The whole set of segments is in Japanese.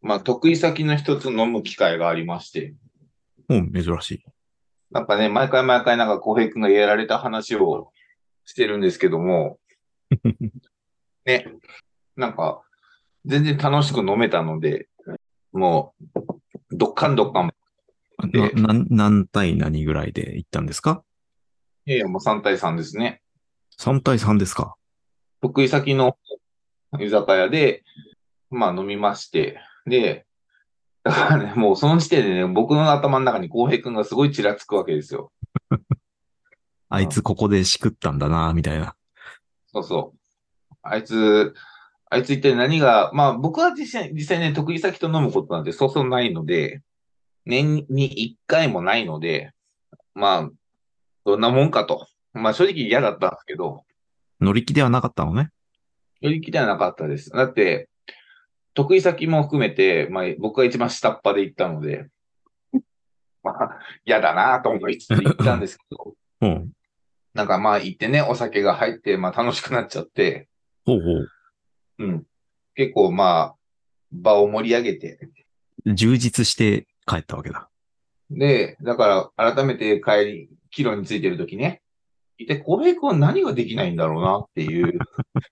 まあ、得意先の一つ飲む機会がありまして、 うん、珍しい。 なんかね、毎回毎回なんか浩平君がやられた話をしてるんですけども、ね、なんか全然楽しく飲めたので、もう、どっかんどっかんで、 何対何ぐらいで行ったんですか？ いやいや、もう3対3ですね。 3 対3ですか？ 得意先の居酒屋で、まあ飲みまして、で、だからね、もうその時点でね、僕の頭の中に浩平君がすごいちらつくわけですよ。 あいつうん。 ここでしくったんだな、みたいな。 そうそう。あいつ一体何が、まあ僕は実際ね、得意先と飲むことなんてそうそうないので、年に一回もないので、まあ、どんなもんかと。まあ正直嫌だったんですけど、 乗り気ではなかったのね。 寄り気ではなかったです。だって、得意先も含めて、まあ僕が一番下っ端で行ったので、まあ嫌だなと思いつつ行ったんですけど、 うん。 なんかまあ行ってね、お酒が入って、まあ楽しくなっちゃって、 ほうほうん。結構まあ、場を盛り上げて、 う。充実して帰ったわけだ。 で、だから改めて帰路についてるときね、一体浩平君は何ができないんだろうなっていう、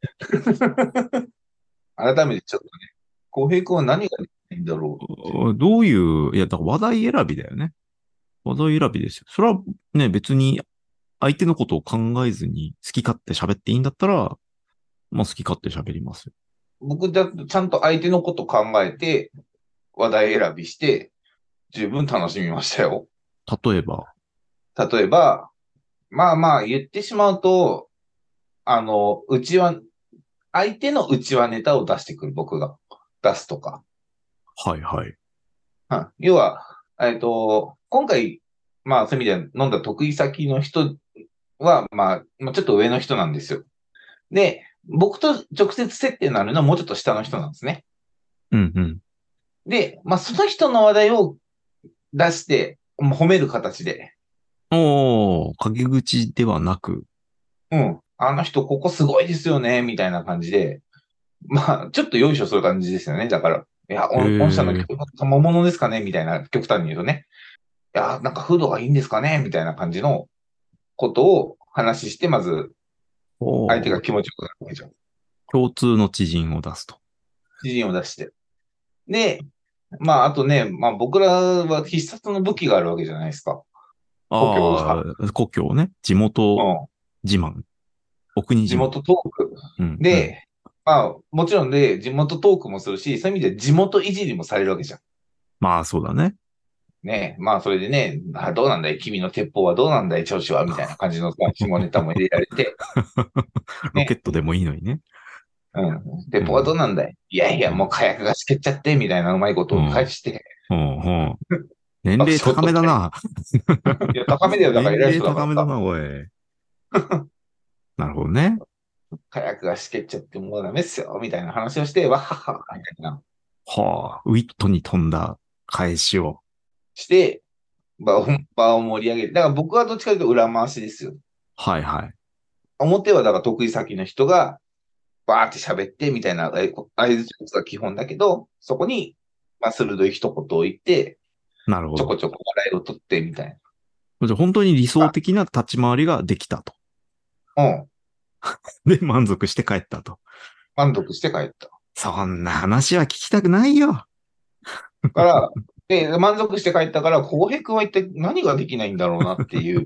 改めてちょっとね、浩平君は何ができないんだろう。 どういう、いや、だから話題選びだよね。話題選びですよ。それはね、別に相手のことを考えずに好き勝手喋っていいんだったら、まあ好き勝手喋りますよ。 僕だとちゃんと相手のこと考えて、話題選びして、十分楽しみましたよ。 例えば、 例えば、まあまあ言ってしまうと、うちは、相手のうちはネタを出してくる僕が出すとか。 はいはい。 うん、要は、今回、まあそういう意味では飲んだ得意先の人は、まあちょっと上の人なんですよ。で、僕と直接接点のあるのはもうちょっと下の人なんですね。 うんうん。 で、まあその人の話題を出して、褒める形で、 おー、陰口ではなく、 うん、あの人ここすごいですよね、みたいな感じで、まあちょっとよいしょする感じですよね。だから、いや、御社のえ曲の賜物ですかねみたいな、極端に言うとね。いや、なんか風土がいいんですかねみたいな感じのことを話して、まず相手が気持ちよくなるわけじゃん。 共通の知人を出すと。 知人を出して。で、まああとね、まあ僕らは必殺の武器があるわけじゃないですか。故郷が。 ああ、故郷ね。地元うん。 自慢。お国自慢。 地元トーク。 うん、うん。 で、まあ、もちろんで、地元トークもするし、そういう意味で地元いじりもされるわけじゃん。 まあ、そうだね。 ね。まあ、それでね、どうなんだい君の鉄砲はどうなんだい調子はみたいな感じのさ、下ネタも入れられて、 ロケッね。 トでもいいのにね。 うん。鉄砲はどううん、 なんだいいやいや、もううん、 火薬がしけっちゃって、みたいなうまいことを返うん、 して、 うん、うん。年爆齢笑を取ったり。 高めだな。 いや、高めだよ。だから偉い年齢人だからさ、 高めだな、おい。なるほどね。 火薬がしけっちゃってもうダメっすよ、みたいな話をして、わっはっは、みたいな。 はあ、ウィットに富んだ返しを。 して、場を盛り上げて、だから僕はどっちかというと裏回しですよ。 はいはい。 表はだから得意先の人がバーって喋ってみたいな合図が基本だけど、そこに、まあ、鋭い一言を言って、 なるほど。 ちょこちょこ笑いを取ってみたいじゃあ本当に理想な。 的な立ち回りができたと。 うん。 で、満足して帰ったと。 満足して帰った。 そんな話は聞きたくないよ。 から、満足して帰ったから、浩平君は一体何ができないんだろうなっていう、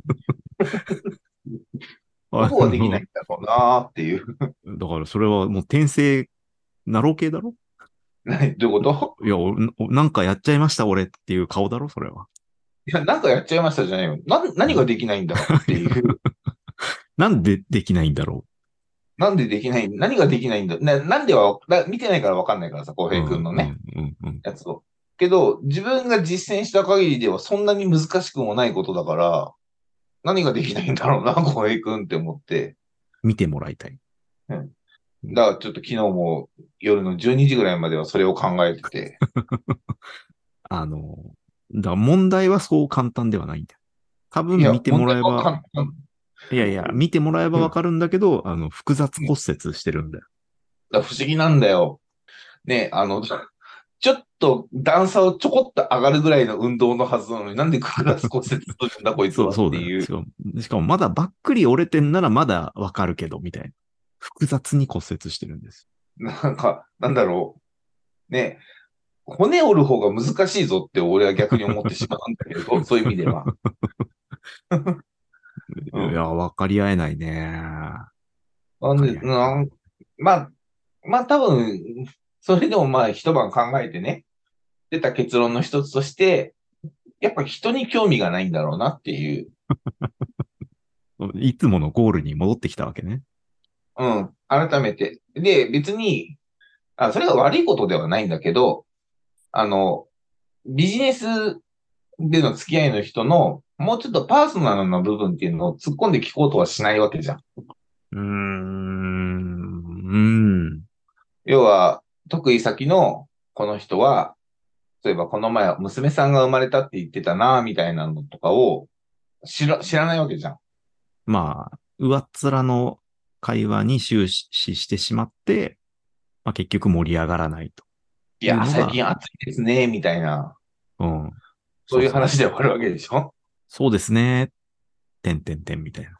どあこができないの、 んだろうなっていう。 だからそれはもう転生、ナロー系だろ？ どういうこと？ いや、なんかやっちゃいました、俺っていう顔だろ、それは。 いや、なんかやっちゃいましたじゃないよ。何ができないんだっていう。 なんでできないんだろなんでできない何ができないんだなんでは、見てないからわかんないからさ、浩う。う平君のね、 ん、うん、うん、うん。 やつを。けど、自分が実践した限りではそんなに難しくもないことだから、何ができないんだろうな、浩平君って思って。 見てもらいたい。 うん。 うん。 だからちょっと昨日も夜の12時ぐらいまではそれを考えてて。 あの、だから問題はそう簡単ではないんだよ。多いや、 分見て問題もらえば、 は簡単。 いやいや、見てもらえばうん。 わかるんだけど、複雑うん。 骨折してるんだよ。 だから不思議なんだよ。ね、 ちょっと段差をちょこっと上がるぐらいの運動のはずなのに、なんでクラス骨折するんだ、こいつはっそうだよ。 ていう。 しかもまだばっくり折れてんならまだわかるけど、みたいな。複雑に骨折してるんです。 なんか、なんだろう。ね、骨折る方が難しいぞって俺は逆に思ってしまうんだけど、そういう意味では。 いや、 うん。 わかり合えないね。わなんで、 かり合えない。 まあ、まあ多分、それでもまあ一晩考えてね、出た結論の一つとして、やっぱ人に興味がないんだろうなっていう。 いつものゴールに戻ってきたわけね。 うん。改めて。で、別に、それが悪いことではないんだけど、あの、ビジネスでの付き合いの人の、もうちょっとパーソナルな部分っていうのを突っ込んで聞こうとはしないわけじゃん。 うーん。 要は、得意先のこの人は、例えばこの前娘さんが生まれたって言ってたな、みたいなのとかを知らないわけじゃん。 まあ、上っ面の会話に終始してしまって、まあ、結局盛り上がらないといや、 いうのが、 最近暑いですね、みたいな、 うん。 そういうそうそうそう。 話で終わるわけでしょ。 そうですね。てんてんてんみたいな。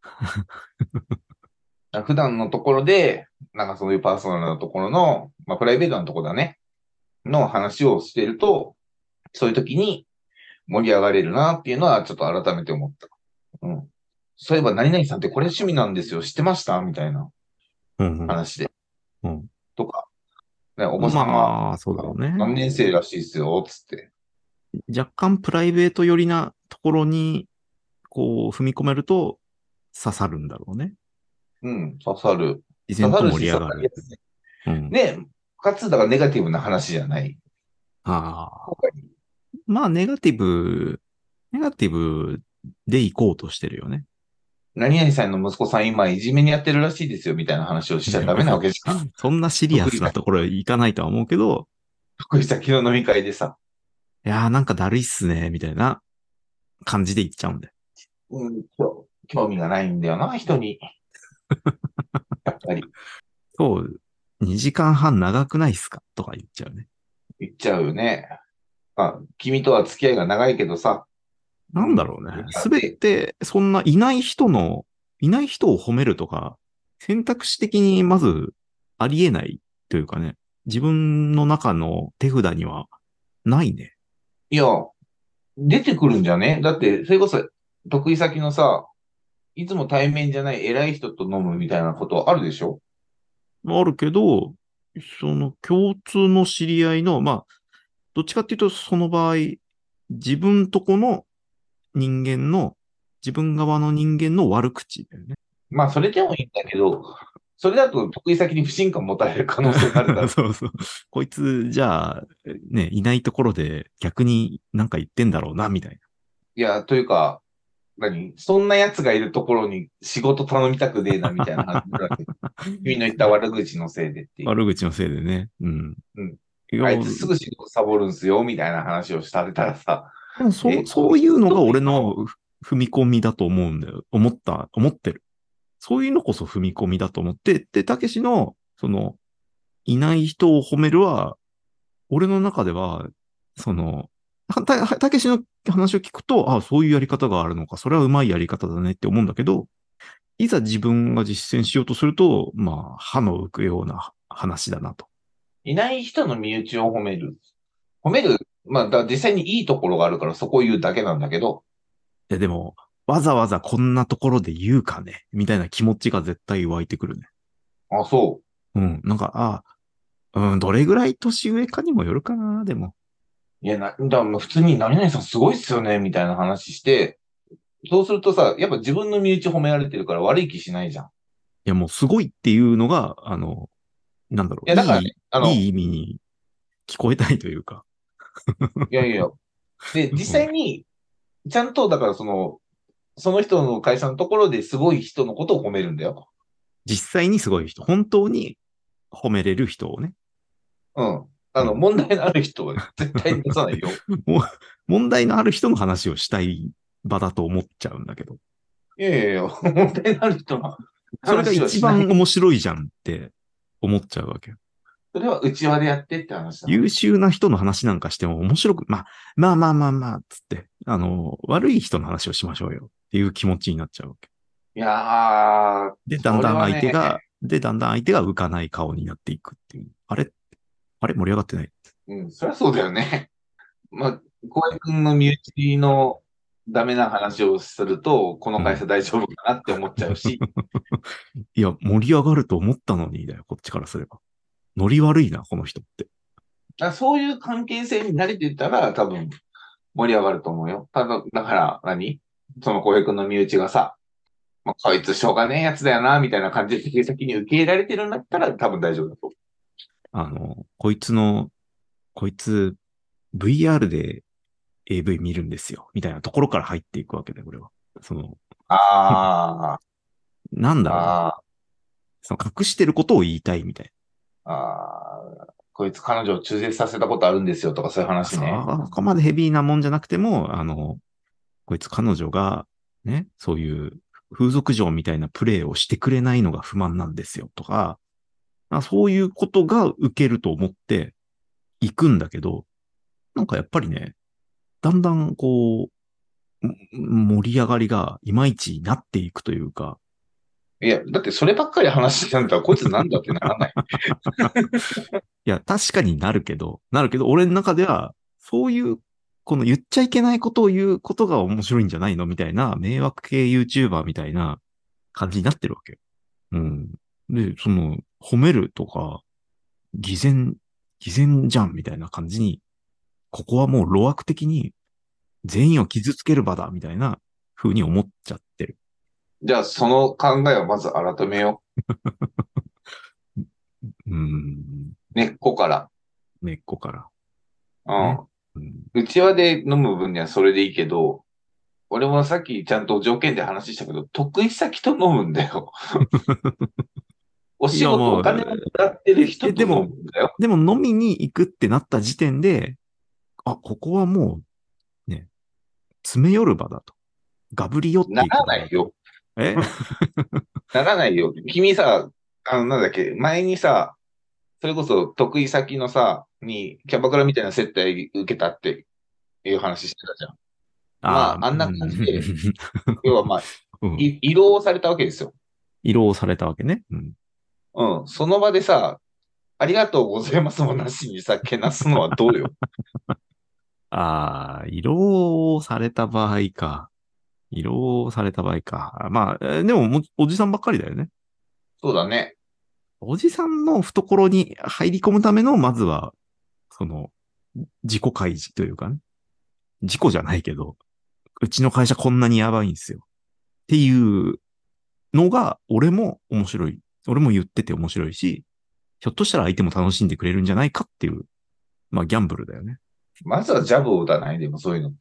普段のところで、なんかそういうパーソナルなところの、まあプライベートなところだね、の話をしてると、そういう時に盛り上がれるなっていうのはちょっと改めて思った。うん。そういえば何々さんってこれ趣味なんですよ、知ってましたみたいなうん話で。 うん。うん。 とか、ね、お子さんがまあ、そうだろうね。 何年生らしいですよ、つって。 若干プライベート寄りなところに、こう、踏み込めると刺さるんだろうね。 うん、刺さる。 自然と刺さるし、刺盛り上がる。 さりやすい。 うん。 で、かつ、だからネガティブな話じゃない。 ああ。まあ、ネガティブで行こうとしてるよね。 何々さんの息子さん今いじめにやってるらしいですよ、みたいな話をしちゃダメなわけじゃん。 そんなシリア得意先、 スなところ行かないとは思うけど、 得意先の飲み会でさ。 いやーなんかだるいっすね、みたいな感じで行っちゃうんだよ。 うん、興味がないんだよな、人に。やっぱり。 そう、2時間半長くないっすかとか言っちゃうね。 言っちゃうよね。君とは付き合いが長いけどさ。うなんだん。 ろうね。 いや、 すべて、そんいない人を褒めるとか、選択肢的にまずありえないというかね、自分の中の手札にはないね。 いや、出てくるんじゃねだって、それこそ、得意先のさ、いつも対面じゃない偉い人と飲むみたいなことあるでしょ？ あるけど、その共通の知り合いの、まあ、どっちかっていうと、その場合、自分とこの人間の、自分側の人間の悪口だよね。 まあ、それでもいいんだけど、それだと得意先に不信感持たれる可能性があるから。 そうそう。こいつ、じゃあ、ね、いないところで逆になんか言ってんだろうな、みたいいや、というか、そんな奴がいるところに仕事頼みたくねえな、みたいな話になるわけ。君の言った悪口のせいでってな。 いう。 悪口のせいでね。うん。 うん。 いや、 あいつすぐ仕事サボるんすよ、みたいな話をされたらさ、 でもこいそういうのがつと俺の今の、 踏み込みだと思うんだよ。思ってる。そういうのこそ踏み込みだと思って、で、たけしの、いない人を褒めるは、俺の中では、その、たけしの話を聞くと、あそういうやり方があるのか、それはうまいやり方だねって思うんだけど、いざ自分が実践しようとすると、まあ、歯の浮くような話だなと。 いない人の身内を褒める。褒める、まあ、実際にいいところがあるからそこを言うだけなんだけど、 でも、わざわざこんなところで言うかね、みたいな気持ちが絶対湧いてくるね。 そうん、なんか、どれぐらい年上かにもよるかな、でも。 う。いや、普通に何々さんすごいっすよね、みたいな話して、そうするとさ、やっぱ自分の身内褒められてるから悪い気しないじゃん。いいや、もうすごいっていうのが、なんだろう、 や、だからね、 いい意味に聞こえたいというか。 いやいや。で、実うん、 際に、ちゃんと、だからその人の会社のところですごい人のことを褒めるんだよ。 実際にすごい人、本当に褒めれる人をね。 うん。 うん。 問題のある人は絶対に出さないよ。 もう、問題のある人の話をしたい場だと思っちゃうんだけど。 いやいやいや、問題のある人のそれが話はしない。 一番面白いじゃんって思っちゃうわけよ。 それは内輪でやってって話だ。 優秀な人の話なんかしても面白く、まあ、つって、悪い人の話をしましょうよっていう気持ちになっちゃうわけ。 いやー、 で、 それはね、 だんだん相手が浮かない顔になっていくっていう。あれ盛り上がってない。 うん、そりゃそうだよね。まあ、小江君の身内のダメな話をすると、この会社うん。 大丈夫かなって思っちゃうし、 いや、盛り上がると思ったのにだよ、こっちからすれば。ノリ悪いな、この人って。 そういう関係性に慣れてたら多分盛り上がると思うよ。だからその小江君の身内がさ、こいつしょうがねえやつだよな、みたいな感じで先に受け入れられてるんだったら多分大丈夫だと思こいつVR で AV 見るんですよ、みたいなところから入っていくわけで、これは。その、 う。あなんだろうな。 あ、 その隠してることを言いたいみたいこいつ彼女を中絶させたことあるんですよとかそういうな。そ話ね。 こまでヘビーなもんじゃなくても、こいつ彼女が、ね、そういう風俗嬢みたいなプレイをしてくれないのが不満なんですよとか、そういうことが受けると思って行くんだけど、なんかやっぱりね、だんだんこう、盛り上がりがいまいちなっていくというか、 いや、だってそればっかり話してたんだったら、こいつなんだってならない。 いや、確かになるけど、俺の中では、そういう、この言っちゃいけないことを言うことが面白いんじゃないのみたいな、迷惑系 YouTuber みたいな感じになってるわけよ。うん。で、褒めるとか、偽善、偽善じゃんみたいな感じに、ここはもう路悪的に全員を傷つける場だみたいな風に思っちゃってる。 じゃあ、その考えをまず改めようん。 う。根っこから。 根っこから。ね。 うん。 うん。 内輪で飲む分にはそれでいいけど、俺もさっきちゃんと条件で話したけど、得意先と飲むんだよ。おいや、 仕事、お金をもらってる人と飲むでも、 んだよ。 でも飲みに行くってなった時点で、ここはもうね、詰め寄る場だと。ガブリ寄っていくなら場だと。 ないよ。 えならないよ。君さ、なんだっけ、前にさ、それこそ得意先のさ、にキャバクラみたいな接待受けたっていう話してたじゃん。まあ、あんなうん。 感じで、要はまあ、 うん。 移動をされたわけですよ。 移動されたわけね。うん。 うん。その場でさ、ありがとうございますもなしにさ、けなすのはどうよ。 移動された場合か。移動された場合か。でもおじさんばっかりだよね。 そうだね。 おじさんの懐に入り込むための、まずは、その、自己開示というかね。事故じゃないけど、うちの会社こんなにやばいんですよ。っていうのが、俺も面白い。俺も言ってて面白いし、ひょっとしたら相手も楽しんでくれるんじゃないかっていう、ギャンブルだよね。 まずはジャブを打たないでもそういうのって。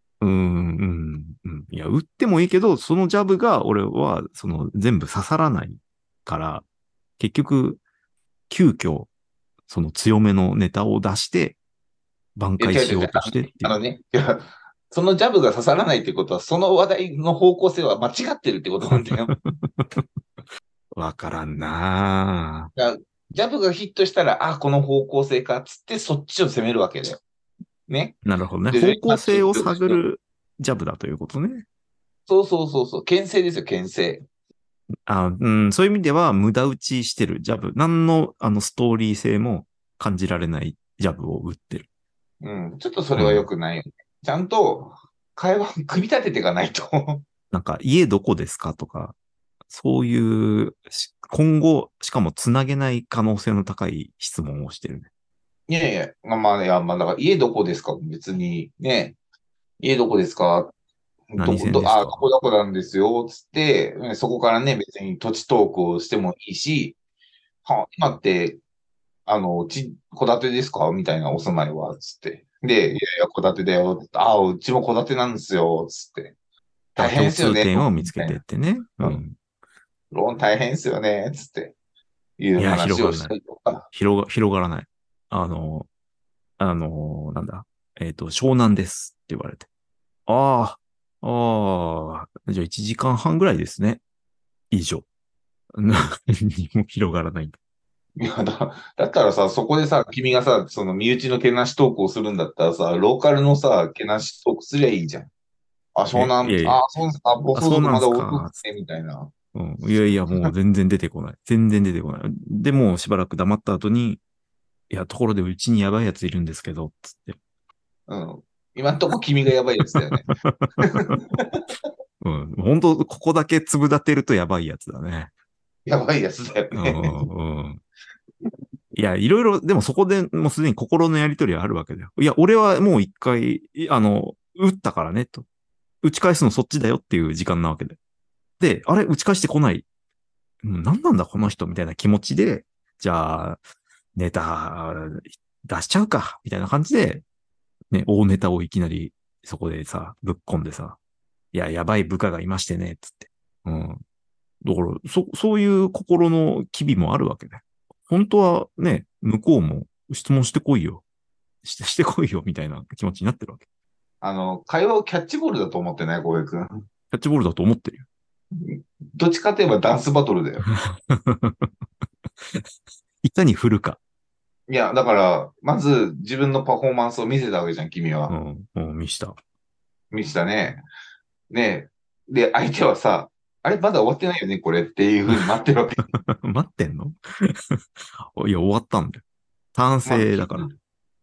いや、打ってもいいけど、そのジャブが俺は、全部刺さらないから、結局、急遽、その強めのネタを出して、挽いや、違う違う違う。 回しようとしてっていう。 いや、そのジャブが刺さらないってことは、その話題の方向性は間違ってるってことなんだよ。 わからんなぁ。 だからジャブがヒットしたら、この方向性かっつってそっちを攻めるわけだよ。ね。 なるほどね。 で、 方向性をマッチ探るジャブだということね。 そうそうそうそう。牽制ですよ、牽制。 そういう意味では無駄打ちしてるジャブ。何のストーリー性も感じられないジャブを打ってる。 うん。ちょっとそれは良うん。 くないよね。ちゃんと会話を組み立てていかないと。 なんか、家どこですかとか、そういう今後、しかもつなげない可能性の高い質問をしてるね。 いやいや、だから家どこですか別に、ね。家どこですか何線ですどか？ こどこなんですよ、つって、そこからね、別に土地トークをしてもいいし、今って、戸建てですかみたいなお住まいは、つって。で、いやいや、戸建てだよ。うちも戸建てなんですよ、つって。大変共ですよね、 通点を見つけみたいな。 てってね。ううん。 ん。 ローン大変ですよね、つって。いういや、広がらない。 話をしたりとか。 広がらない。あの、なんだ。湘南ですって言われて。あじゃあ1時間半ぐらいですね。以上。何も広がらない。 いや、だったらさ、そこでさ、君がさ、その身内のけなしトークをするんだったらさ、ローカルのさ、けなしトークすりゃいいじゃん。あ、湘南、 いやいや、 あ、そうですか、暴あ、 走そうなんす族まだ遅か。 くて、みたいな。 うん。いやいや、もう全然出てこない。全然出てこない。で、もうしばらく黙った後に、いや、ところでうちにやばいやついるんですけど、つって。 うん。今んとこ君がやばいやつだよね。 うん。本当ここだけ粒立てるとやばいやつだね。 やばいやつだようね。 ん、うん。いや、いろいろ、でもそこでもうすでに心のやりとりはあるわけだよ。いや、俺はもう一回、撃ったからね、と。打ち返すのそっちだよっていう時間なわけで。で、あれ、打ち返してこない。何なんだ、この人、みたいな気持ちで、じゃあ、ネタ出しちゃうか、みたいな感じで、ね、大ネタをいきなりそこでさ、ぶっこんでさ、いや、やばい部下がいましてね、つって。うん。だから、そういう心の機微もあるわけで。本当はね、向こうも質問してこいよ。してこいよ、みたいな気持ちになってるわけ。 会話をキャッチボールだと思ってない、浩平君。 キャッチボールだと思ってるよ。 どっちかといえばダンスバトルだよ。 いかに振るか。 いや、だから、まず自分のパフォーマンスを見せたわけじゃん、君は。 うん、うん、見した。 見せたね。ねで、相手はさ、あれ、まだ終わってないよね、これっていう風に待ってるわけ。 待ってんのいや、終わったんだよ。単まあ、 性だから。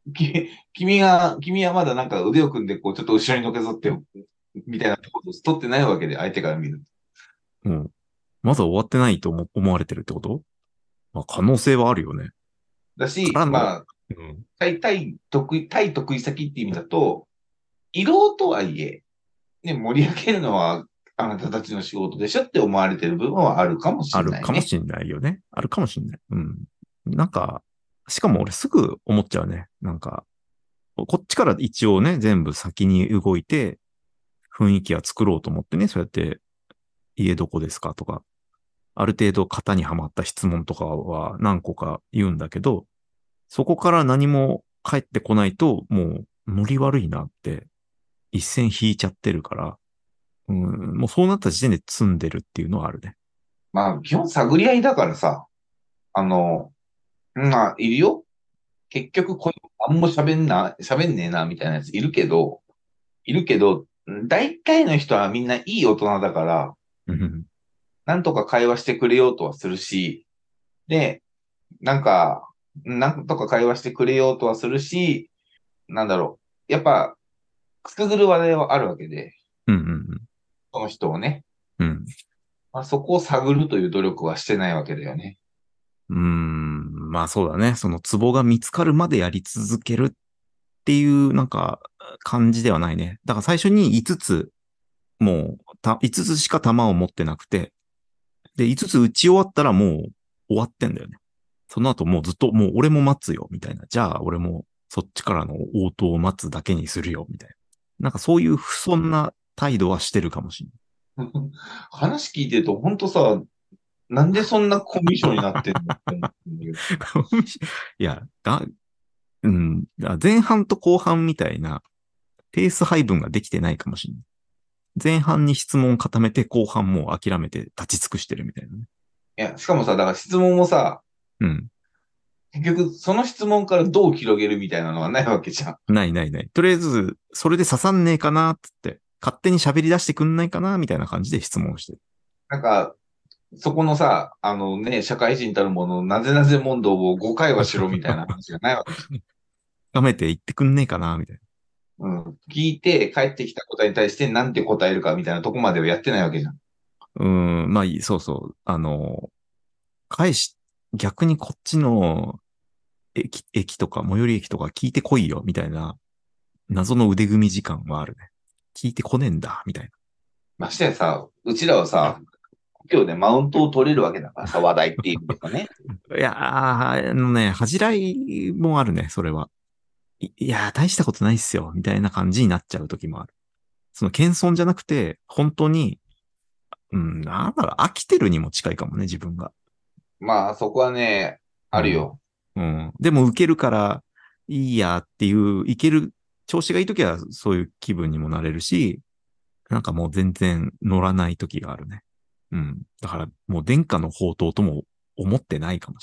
君はまだなんか腕を組んで、こう、ちょっと後ろにのけぞって、みたいなことを取ってないわけで、相手から見る。 うん。まだ終わってないと思われてるってこと？まあ、可能性はあるよね。 だし、 からの、 まあ、 うん。 対得意先って意味だと、色ろとはいえ、ね、盛り上げるのはあなたたちの仕事でしょって思われてる部分はあるかもしあれないね。 るかもしんないよね。あるかもしんない。うん。なんか、しかも俺すぐ思っちゃうね。なんか、こっちから一応ね、全部先に動いて、雰囲気は作ろうと思ってね、そうやって、家どこですかとか、ある程度型にはまった質問とかは何個か言うんだけど、そこから何も返ってこないと、もう、ノリ悪いなって、一線引いちゃってるから、うん、もうそうなった時点で積んでるっていうのはあるね。 まあ、基本探り合いだからさ、あの、まあ、いるよ。結局、この、あんま喋んねえな、みたいなやついるけど、大体の人はみんないい大人だから、 うん、 なんとか会話してくれようとはするし、で、なんか、なんとか会話してくれようとはするし、なんだろう。やっぱ、くすぐる話題はあるわけで、 うん、うん、 その人をね。 うん。 まあ、そこを探るという努力はしてないわけだよね。 まあそうだね。そのツボが見つかるまでやり続けるっていう、なんか、感じではないね。だから最初に5つ、もう、5つしか弾を持ってなくて、で、5つ撃ち終わったらもう終わってんだよね。その後もうずっと、もう俺も待つよ、みたいな。じゃあ俺もそっちからの応答を待つだけにするよ、みたいな。なんかそういう不遜な態度はしてるかもし話聞いてると、ほんとさ、なんでそんなコミュ障になってんのって思うんだけど。 れない。いや、うん、前半と後半みたいなペース配分ができてないかもしれない。前半に質問を固めて、後半もう諦めて立ち尽くしてるみたいなね。 いや、しかもさ、だから質問もさ、 うん。 結局その質問からどう広げるみたいなのはないわけじゃん。 ないないない。とりあえず、それで刺さんねえかなっつって、勝手に喋り出してくんないかなみたいな感じで質問してる。 なんか、そこのさ、社会人たるもの、なぜなぜ問答を5回はしろみたいな話がないわけじ深めて言ってくんねえかなみたいゃん。うん。聞いて帰ってきた答えに対してなんて答えるかみたいなとこまではやってないわけじゃん。 な。まあいい、そうそう。返し、逆にこっちの駅とか、最寄り駅とか聞いてこいよ、みたいな、謎の腕組み時間はあるね。聞いてこねえんだ、みたいましてやさ、うちらはさ、今日ね、マウントを取れるわけだからさ、話題っていう意味ではね。 な。いやー、恥じらいもあるね、それは。いやー、大したことないっすよ、みたいな感じになっちゃう時もある。その謙遜じゃなくて、本当に、なんだろう、飽きてるにも近いかもね、自分が。 まあ、そこはね、 うん。 あるよ。 うん。でも受けるから、いいやっていう、いける、調子がいい時はそういう気分にもなれるし、なんかもう全然乗らない時があるね。うん。だからもう殿下の宝刀とも思ってないかもしれ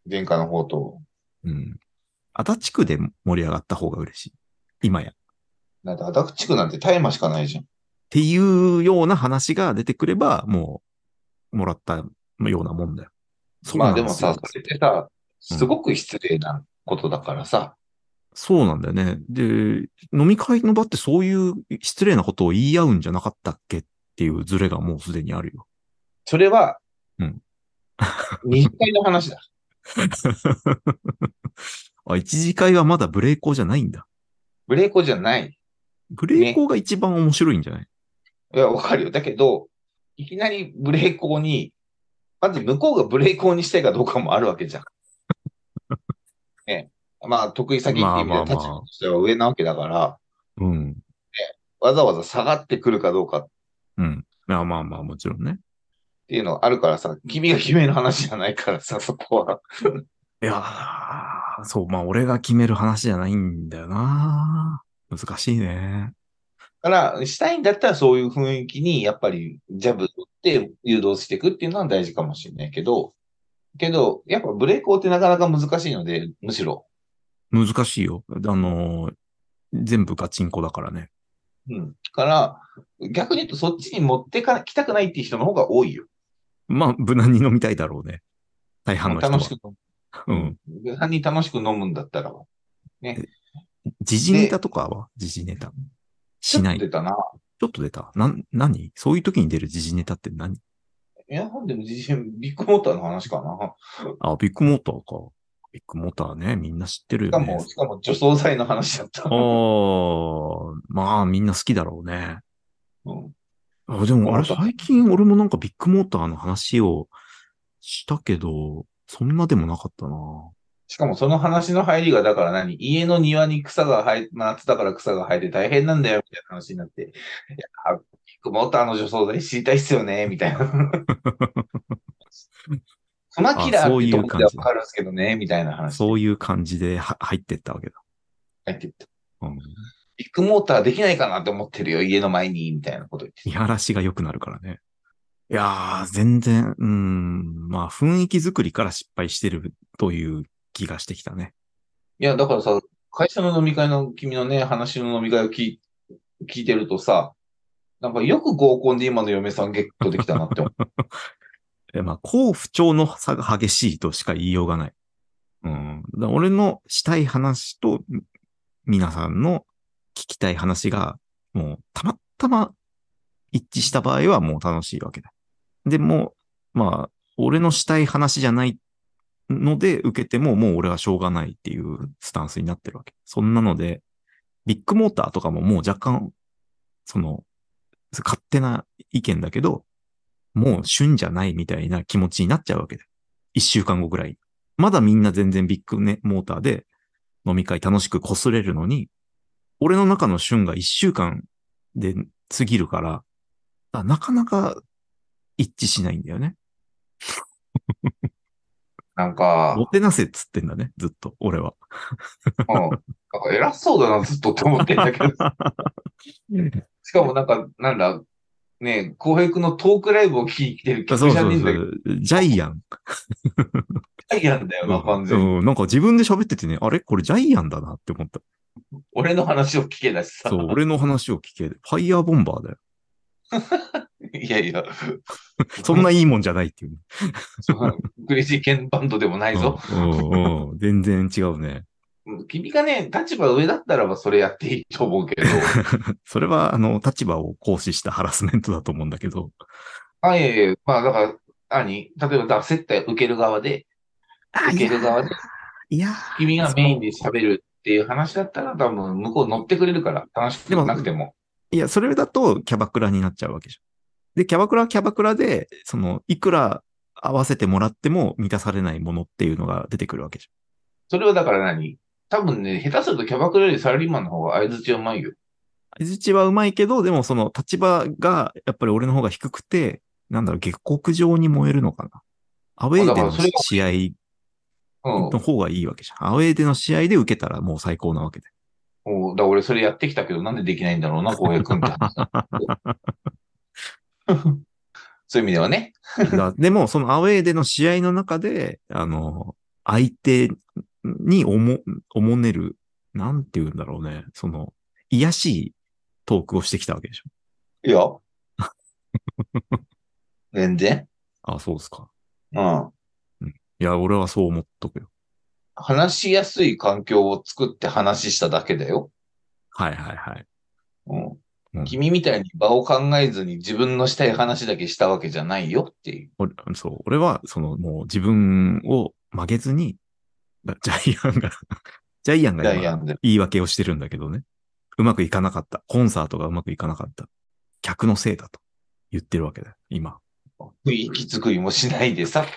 前回の方と。 うん。足立区で盛り上がった方が嬉しい。今や。っなんて、アダク地区なんて大麻しかないじゃん。 ていうような話が出てくれば、もう、もらったようなもんだよ。そうまあでもさ、 なんすよ。 それってさ、 うん。 すごく失礼なことだからさ、 そうなんだよね。で、飲み会の場ってそういう失礼なことを言い合うんじゃなかったっけっていうズレがもうすでにあるよ。 それはうん。 二次会の話だ。 あ、一次会はまだブレイコーじゃないんだ。 ブレイコじゃない。 ブレイコね。 ーが一番面白いんじゃない？ いや、わかるよ。だけど、いきなりブレイコに、まず向こうがブレイコにしたいかどうかもあるわけじゃん。ね。まあ、得意先ってまあいう意味では立場まあまあ。 としては上なわけだから、 うん。 わざわざ下がってくるかどうかっうん。まあまあまあ、もちろんね。 ていうのがあるからさ、君が決める話じゃないからさ、そこは。 いやー、そう、まあ俺が決める話じゃないんだよな。難しいね。 から、したいんだったらそういう雰囲気に、やっぱりジャブ打って誘導していくっていうのは大事かもしれないけど、やっぱブレイクってなかなか難しいので、むしろ。 難しいよ。全部ガチンコだからね。 うん。から、逆に言うとそっちに持ってか、来たくないっていう人の方が多いよ。 まあ、無難に飲みたいだろうね。大半もうの人は。 楽しく飲む。ううん。 ん。犯人楽しく飲むんだったらば。ね。 時事ネタで、 とかは時事ネタ。 ちょっしない。 と出たな。 ちょっと出た。何そういう時に出る時事ネタって何？ いや、でも自身、ビッグモーターの話かな。 あ、ビッグモーターか。ビッグモーターね。みんな知ってるよね。 しかも除草剤の話だった。 ああ、まあみんな好きだろうね。 うん。 あ、でもあれ思った。 最近俺もなんかビッグモーターの話をしたけど、そんなでもなかったな。 しかもその話の入りが、だから家の庭に草が生え、夏だから草が生えて大変なんだよ、みたいな話になって、いや、ビッグモーターの除草剤知りたいっすよね、みたいな。クマキあ、 ラーってそういとこまではわう感じね。 かるんですけどね、みたいな話でそういう感じで入ってったわけだ。 入ってった。 うん。 ビッグモーターできないかなって思ってるよ、家の前に、みたいなこと言って見晴らしが良くなるからね。いやー、全然、まあ雰囲気作りから失敗してるという気がしてきたね。 いや、だからさ、会社の飲み会の君のね、話の飲み会を聞いてるとさ、なんかよく合コンで今の嫁さんゲットできたなって思う。 まあ、好不調の差が激しいとしか言いようがない。うん。だから俺のしたい話と皆さんの聞きたい話が、もうたまたま一致した場合はもう楽しいわけだ。でも、まあ、俺のしたい話じゃないので受けてももう俺はしょうがないっていうスタンスになってるわけ。そんなので、ビッグモーターとかももう若干、その、勝手な意見だけど、もう旬じゃないみたいな気持ちになっちゃうわけで。一週間後ぐらい。まだみんな全然ビッグね、モーターで飲み会楽しく擦れるのに、俺の中の旬が一週間で過ぎるから、なかなか一致しないんだよね。 なんか、 もてなせっつってんだね、ずっと、俺は。 うん。なんか偉そうだな、ずっとって思ってんだけど。しかもね、浩平君のトークライブを聞いてる客そうじゃねえんだけど、 そうそう。ジャイアン。 ジャイアンだよな、完全に。 うん、なんか自分で喋っててね、あれこれジャイアンだなって思った。 俺の話を聞けだしさ。 そう、俺の話を聞け。ファイヤーボンバーだよ。 いやいや、 そんないいもんじゃないっていうね。 クレイジーケンバンドでもないぞ。 うん、うん、うん。全然違うね。 君がね、立場上だったらばそれやっていいと思うけど、 それは、立場を行使したハラスメントだと思うんだけど。 いえいえ、まあだから、例えば、接待受ける側で、 あ、 受いやける側で、 ー、いや君ー、 がメインで喋るっていう話だったら、多分向こう乗ってくれるから、楽しくでも、 なくても。 いや、それだとキャバクラになっちゃうわけじゃん。で、キャバクラはキャバクラで、いくら合わせてもらっても満たされないものっていうのが出てくるわけじそれはだから多分ね、下手するとキャバクラよりサラリーマンの方が相槌はうまいよ。 ゃん。相槌はうまいけど、でもその立場がやっぱり俺の方が低くて、なんだろう、下克上に燃えるのかな。アウェーでのだからそれが、 試合うん。 の方がいいわけじゃん。アウェーでの試合で受けたらもう最高なわけで。 だから俺それやってきたけど、なんでできないんだろうな、浩平君って話だ。そういう意味ではね。 でも、そのアウェーでの試合の中で、 相手におもねる、なんて言うんだろうね。癒やしいトークをしてきたわけでしょ。 いや、全然。 あ、そうですか。 うん。 うん。いや、俺はそう思っとくよ。 話しやすい環境を作って話しただけだよ。 はいはいはい。 うん。 うん。 君みたいに場を考えずに自分のしたい話だけしたわけじゃないよっていう。 そう、俺は、もう自分を曲げずに、ジャイアンがジャイアンが今、 ジャイアンで。 言い訳をしてるんだけどね。うまくいかなかった。コンサートがうまくいかなかった。客のせいだと言ってるわけだよ、今。 雰囲気作りもしないでさ、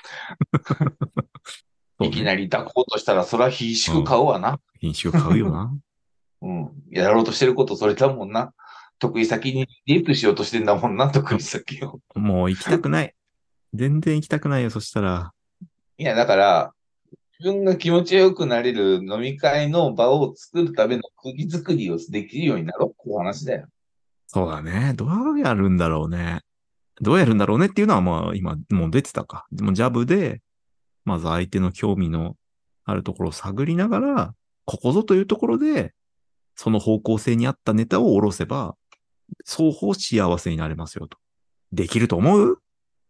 そうね。 いきなり抱こうとしたら、そらひしくうん。 買うわな。 品種を買うよな。 うん。やろうとしてることそれだもんな。得意先にリープしようとしてんだもんな、得意先を。 もう行きたくない。全然行きたくないよ、そしたら。 いや、だから、自分が気持ちよくなれる飲み会の場を作るための釘作りをできるようになろうっていう話だよ。 そうだね。どうやるんだろうね。どうやるんだろうねっていうのはまあ今もう出てたか。でもジャブで、まず相手の興味のあるところを探りながら、ここぞというところで、その方向性に合ったネタを下ろせば、双方幸せになれますよと。できると思う？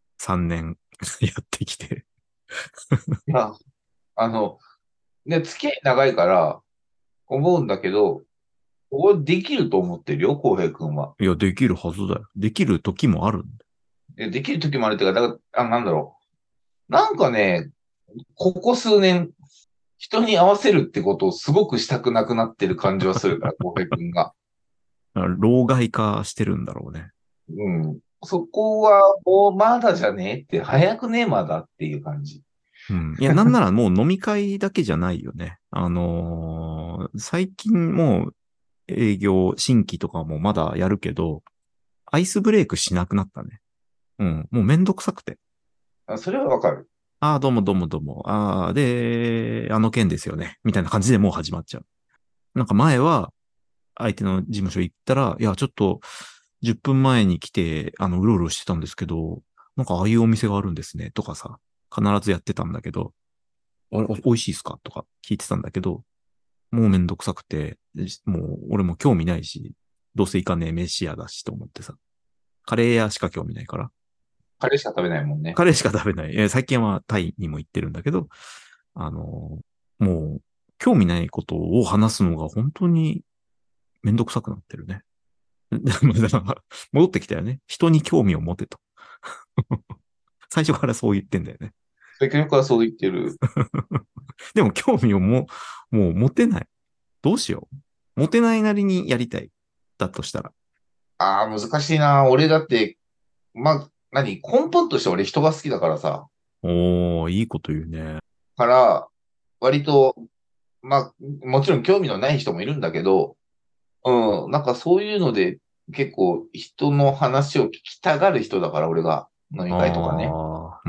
3 年やってきて。 いや、あの、ね、付き合い長いから思うんだけど、俺できると思ってるよ、浩平君は。 いや、できるはずだよ。できる時もあるんだできる時もあるっていうか、だから、なんだろう。なんかね、ここ数年、人に合わせるってことをすごくしたくなくなってる感じはするから、浩平君が。 よ。老害化してるんだろうね。 うん。そこはもうまだじゃねえって、早くねえまだっていう感じ。 うん。いや、なんならもう飲み会だけじゃないよね。最近もう営業、新規とかもまだやるけど、アイスブレイクしなくなったね。うん。もうめんどくさくて。 それはわかる。 ああ、どうもどうもどうも。ああ、で、あの件ですよね。みたいな感じでもう始まっちゃう。なんか前は、相手の事務所行ったら、いや、ちょっと、10分前に来て、うろうろしてたんですけど、なんかああいうお店があるんですね、とかさ、必ずやってたんだけど、美味しいっすかとか聞いてたんだけど、もうめんどくさくて、もう俺も興味ないし、どうせ行かねえ飯屋だしと思ってさ、カレー屋しか興味ないから、 カレーしか食べないもんね。 カレーしか食べない。最近はタイにも行ってるんだけど、あの、もう、興味ないことを話すのが本当にめんどくさくなってるね。だから戻ってきたよね。人に興味を持てと。最初からそう言ってんだよね。 結局はそう言ってる。 でも興味をもう持てない。どうしよう。持てないなりにやりたい。だとしたら。 ああ、難しいな。俺だって、まあ、根本として俺人が好きだからさ。 おー、いいこと言うね。 から、割と、まあ、もちろん興味のない人もいるんだけど、うん、なんかそういうので結構人の話を聞きたがる人だから、俺が飲み会とかね。 あー、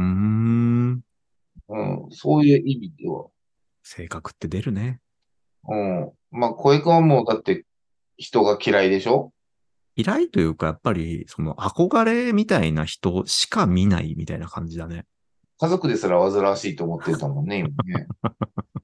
うん、そういう意味では。 性格って出るね。 うん。まあ、小江君はもうだって人が嫌いでしょ？ 嫌いというか、やっぱり、憧れみたいな人しか見ないみたいな感じだね。 家族ですら煩わしいと思ってたもんね、今ね。